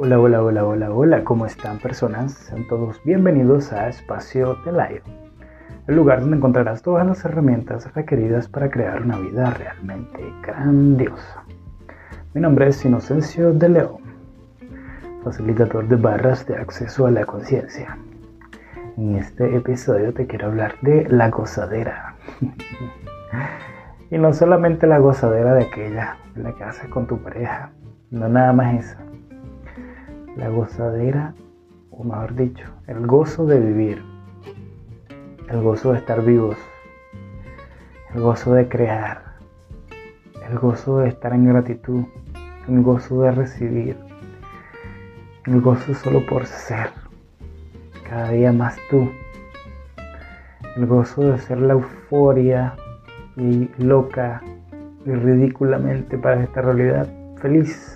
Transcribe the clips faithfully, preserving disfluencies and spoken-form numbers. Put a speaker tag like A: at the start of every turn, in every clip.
A: Hola, hola, hola, hola, hola, ¿cómo están personas? Sean todos bienvenidos a Espacio de Live, el lugar donde encontrarás todas las herramientas requeridas para crear una vida realmente grandiosa. Mi nombre es Inocencio de León, facilitador de barras de acceso a la conciencia. En este episodio te quiero hablar de la gozadera. Y no solamente la gozadera de aquella, la que haces con tu pareja, no nada más esa. La gozadera, o mejor dicho, el gozo de vivir, el gozo de estar vivos, el gozo de crear, el gozo de estar en gratitud, el gozo de recibir, el gozo solo por ser, cada día más tú, el gozo de ser la euforia y loca y ridículamente para esta realidad feliz.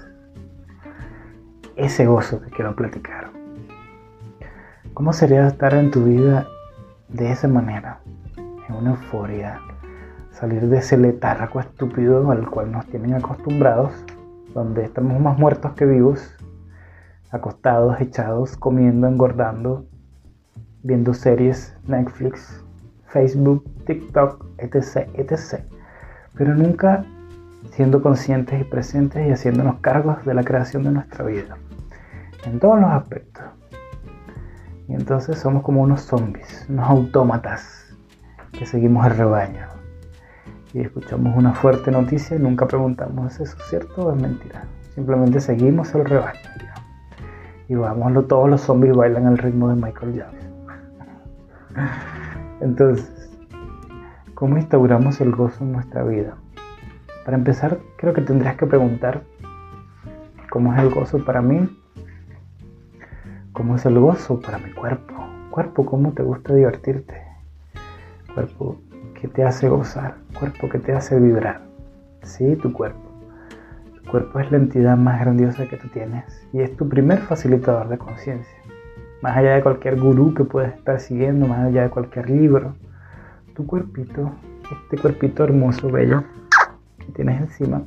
A: Ese gozo que quiero platicar. ¿Cómo sería estar en tu vida de esa manera? En una euforia. Salir de ese letargo estúpido al cual nos tienen acostumbrados, donde estamos más muertos que vivos, acostados, echados, comiendo, engordando, viendo series, Netflix, Facebook, TikTok, etc, etcétera. Pero nunca siendo conscientes y presentes y haciéndonos cargos de la creación de nuestra vida. En todos los aspectos. Y entonces somos como unos zombies, unos autómatas que seguimos el rebaño. Y escuchamos una fuerte noticia y nunca preguntamos, ¿es eso cierto o es mentira? Simplemente seguimos el rebaño. Ya. Y vamos, todos los zombies bailan al ritmo de Michael Jackson. Entonces, ¿cómo instauramos el gozo en nuestra vida? Para empezar, creo que tendrías que preguntar ¿cómo es el gozo para mí? ¿Cómo es el gozo para mi cuerpo? Cuerpo, ¿cómo te gusta divertirte? Cuerpo, ¿qué te hace gozar? Cuerpo, ¿qué te hace vibrar? Sí, tu cuerpo. Tu cuerpo es la entidad más grandiosa que tú tienes y es tu primer facilitador de conciencia. Más allá de cualquier gurú que puedas estar siguiendo, más allá de cualquier libro, tu cuerpito, este cuerpito hermoso, bello, que tienes encima,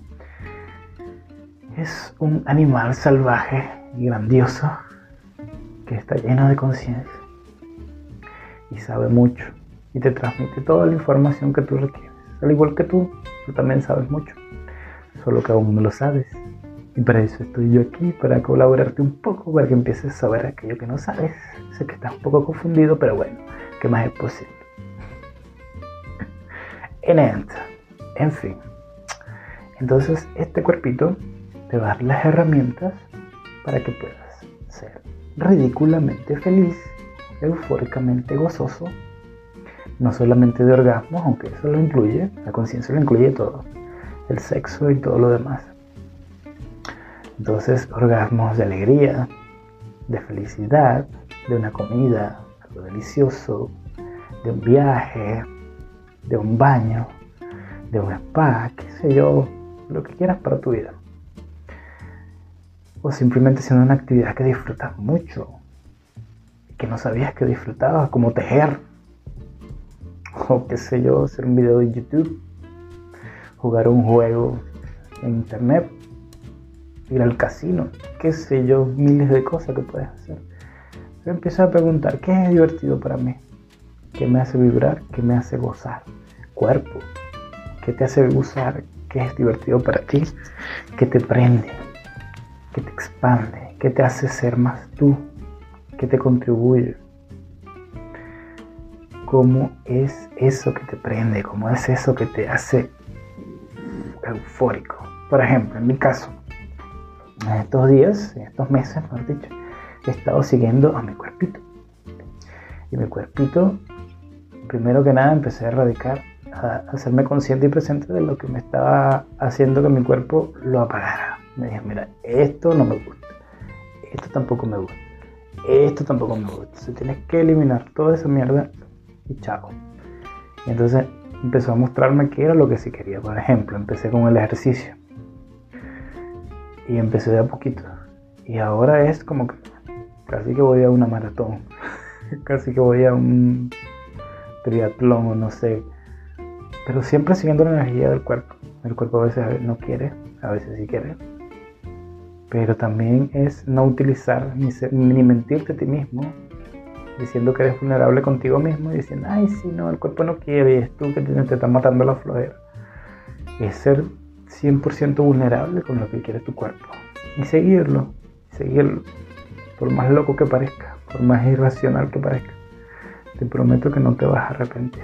A: es un animal salvaje y grandioso que está lleno de conciencia y sabe mucho y te transmite toda la información que tú requieres. Al igual que tú, tú también sabes mucho, solo que aún no lo sabes. Y para eso estoy yo aquí, para colaborarte un poco, para que empieces a saber aquello que no sabes. Sé que estás un poco confundido, pero bueno, ¿qué más es posible? En ent, en fin. Entonces, este cuerpito te va a dar las herramientas para que puedas ser ridículamente feliz, eufóricamente gozoso, no solamente de orgasmos, aunque eso lo incluye, la conciencia lo incluye todo, el sexo y todo lo demás. Entonces, orgasmos de alegría, de felicidad, de una comida, algo delicioso, de un viaje, de un baño, de un spa, qué sé yo, lo que quieras para tu vida. O simplemente haciendo una actividad que disfrutas mucho, que no sabías que disfrutabas, como tejer, o qué sé yo, hacer un video de YouTube, jugar un juego en internet, ir al casino, qué sé yo, miles de cosas que puedes hacer. Pero empieza a preguntar, ¿qué es divertido para mí? ¿Qué me hace vibrar? ¿Qué me hace gozar? Cuerpo, ¿qué te hace gozar? ¿Qué es divertido para ti? ¿Qué te prende? ¿Qué te expande? ¿Qué te hace ser más tú? ¿Qué te contribuye? ¿Cómo es eso que te prende? ¿Cómo es eso que te hace eufórico? Por ejemplo, en mi caso, en estos días, en estos meses, mejor dicho, he estado siguiendo a mi cuerpito. Y mi cuerpito, primero que nada, empecé a erradicar, a hacerme consciente y presente de lo que me estaba haciendo que mi cuerpo lo apagara. Me dije, mira, esto no me gusta, esto tampoco me gusta, esto tampoco me gusta. Entonces tienes que eliminar toda esa mierda y chao. Y entonces empezó a mostrarme qué era lo que sí quería. Por ejemplo, empecé con el ejercicio y empecé de a poquito. Y ahora es como que casi que voy a una maratón, casi que voy a un triatlón o no sé. Pero siempre siguiendo la energía del cuerpo. El cuerpo a veces no quiere, a veces sí quiere. pero también es no utilizar ni, ser, ni mentirte a ti mismo, diciendo que eres vulnerable contigo mismo y diciendo, ay, sí, no, el cuerpo no quiere y es tú que te, te está matando la flojera. Es ser cien por ciento vulnerable con lo que quiere tu cuerpo y seguirlo, seguirlo, por más loco que parezca, por más irracional que parezca. Te prometo que no te vas a arrepentir.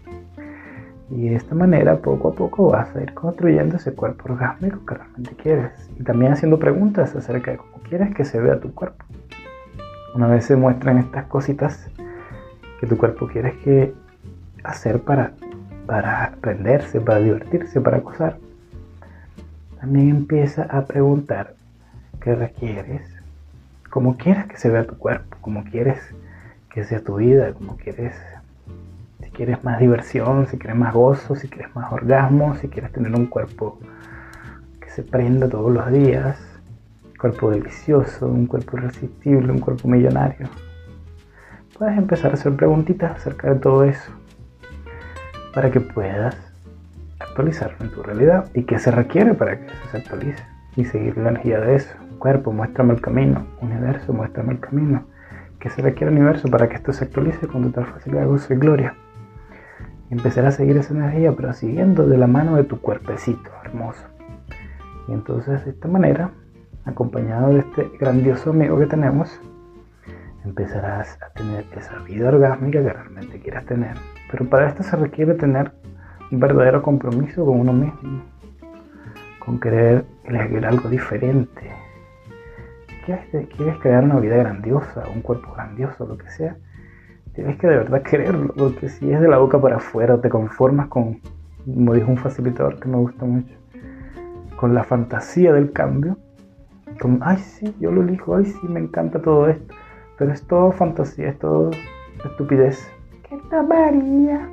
A: Y de esta manera, poco a poco, vas a ir construyendo ese cuerpo orgásmico que realmente quieres. Y también haciendo preguntas acerca de cómo quieres que se vea tu cuerpo. Una vez se muestran estas cositas que tu cuerpo quieres que hacer para, para aprenderse, para divertirse, para gozar, también empieza a preguntar qué requieres, cómo quieres que se vea tu cuerpo, cómo quieres que sea tu vida, cómo quieres, si quieres más diversión, si quieres más gozo, si quieres más orgasmo, si quieres tener un cuerpo que se prenda todos los días, un cuerpo delicioso, un cuerpo irresistible, un cuerpo millonario. Puedes empezar a hacer preguntitas acerca de todo eso para que puedas actualizarlo en tu realidad y qué se requiere para que eso se actualice y seguir la energía de eso. Cuerpo, muéstrame el camino. Universo, muéstrame el camino. ¿Qué se requiere universo para que esto se actualice con total facilidad, gozo y gloria? Y empezar a seguir esa energía, pero siguiendo de la mano de tu cuerpecito hermoso. Y entonces de esta manera, acompañado de este grandioso amigo que tenemos, empezarás a tener esa vida orgásmica que realmente quieras tener. Pero para esto se requiere tener un verdadero compromiso con uno mismo, con querer elegir algo diferente. ¿Quieres, quieres crear una vida grandiosa, un cuerpo grandioso, lo que sea? Tienes que de verdad quererlo, porque si es de la boca para afuera, te conformas con, como dijo un facilitador que me gusta mucho, con la fantasía del cambio, como, ay sí, yo lo elijo, ay sí, me encanta todo esto, pero es todo fantasía, es todo estupidez. ¡Qué tabaría!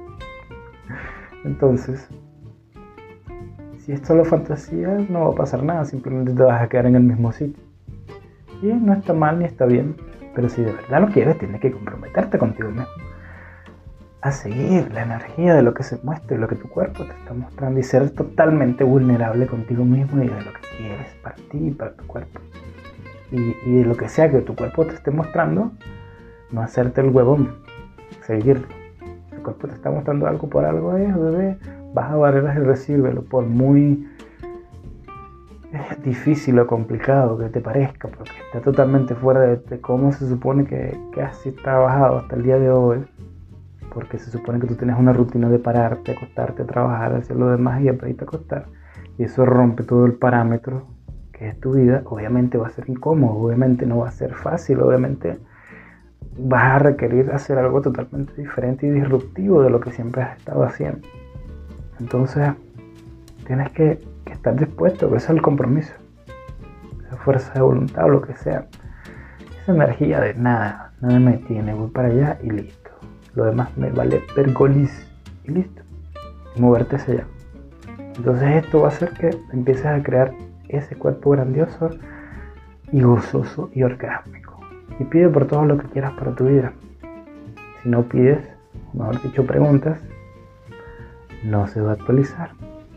A: Entonces, si es solo fantasía, no va a pasar nada, simplemente te vas a quedar en el mismo sitio. Y no está mal ni está bien, pero si de verdad lo quieres, tienes que comprometerte contigo mismo a seguir la energía de lo que se muestra y lo que tu cuerpo te está mostrando y ser totalmente vulnerable contigo mismo y de lo que quieres para ti y para tu cuerpo. Y, y de lo que sea que tu cuerpo te esté mostrando, no hacerte el huevón, seguirlo. Si tu cuerpo te está mostrando algo por algo, es, bebé, baja barreras y recíbelo, por muy difícil o complicado que te parezca, porque está totalmente fuera de, de cómo se supone que, que has trabajado hasta el día de hoy, porque se supone que tú tienes una rutina de pararte, acostarte, trabajar, hacer lo demás y después irte a acostar, y eso rompe todo el parámetro que es tu vida. Obviamente va a ser incómodo, obviamente no va a ser fácil, obviamente vas a requerir hacer algo totalmente diferente y disruptivo de lo que siempre has estado haciendo. Entonces tienes que, que estar dispuesto, ese es el compromiso, esa fuerza de voluntad o lo que sea, esa energía de nada, nada me tiene, voy para allá y listo, lo demás me vale pergolis y listo, y moverte hacia allá. Entonces esto va a hacer que empieces a crear ese cuerpo grandioso y gozoso y orgásmico, y pide por todo lo que quieras para tu vida. Si no pides, o mejor dicho preguntas, no se va a actualizar.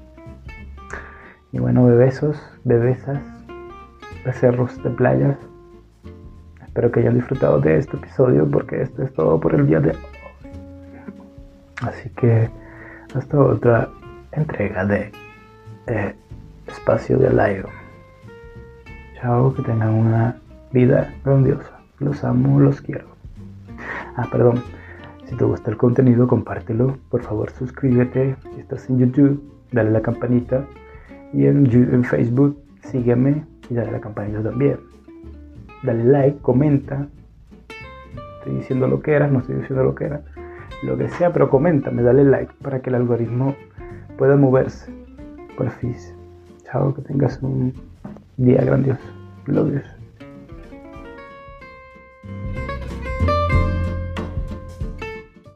A: Y bueno, bebesos, bebesas, becerros de playas, espero que hayan disfrutado de este episodio, porque esto es todo por el día de hoy. Así que hasta otra entrega de eh, Espacio de Live. Chao, que tengan una vida grandiosa. Los amo, los quiero. Ah, perdón. Si te gusta el contenido, compártelo. Por favor, suscríbete. Si estás en YouTube, dale la campanita. Y en, en Facebook, sígueme y dale la campanita también. Dale like, comenta. Estoy diciendo lo que era, no estoy diciendo lo que era. Lo que sea, pero coméntame, dale like para que el algoritmo pueda moverse. Por fin. Chao, que tengas un día grandioso. Love you.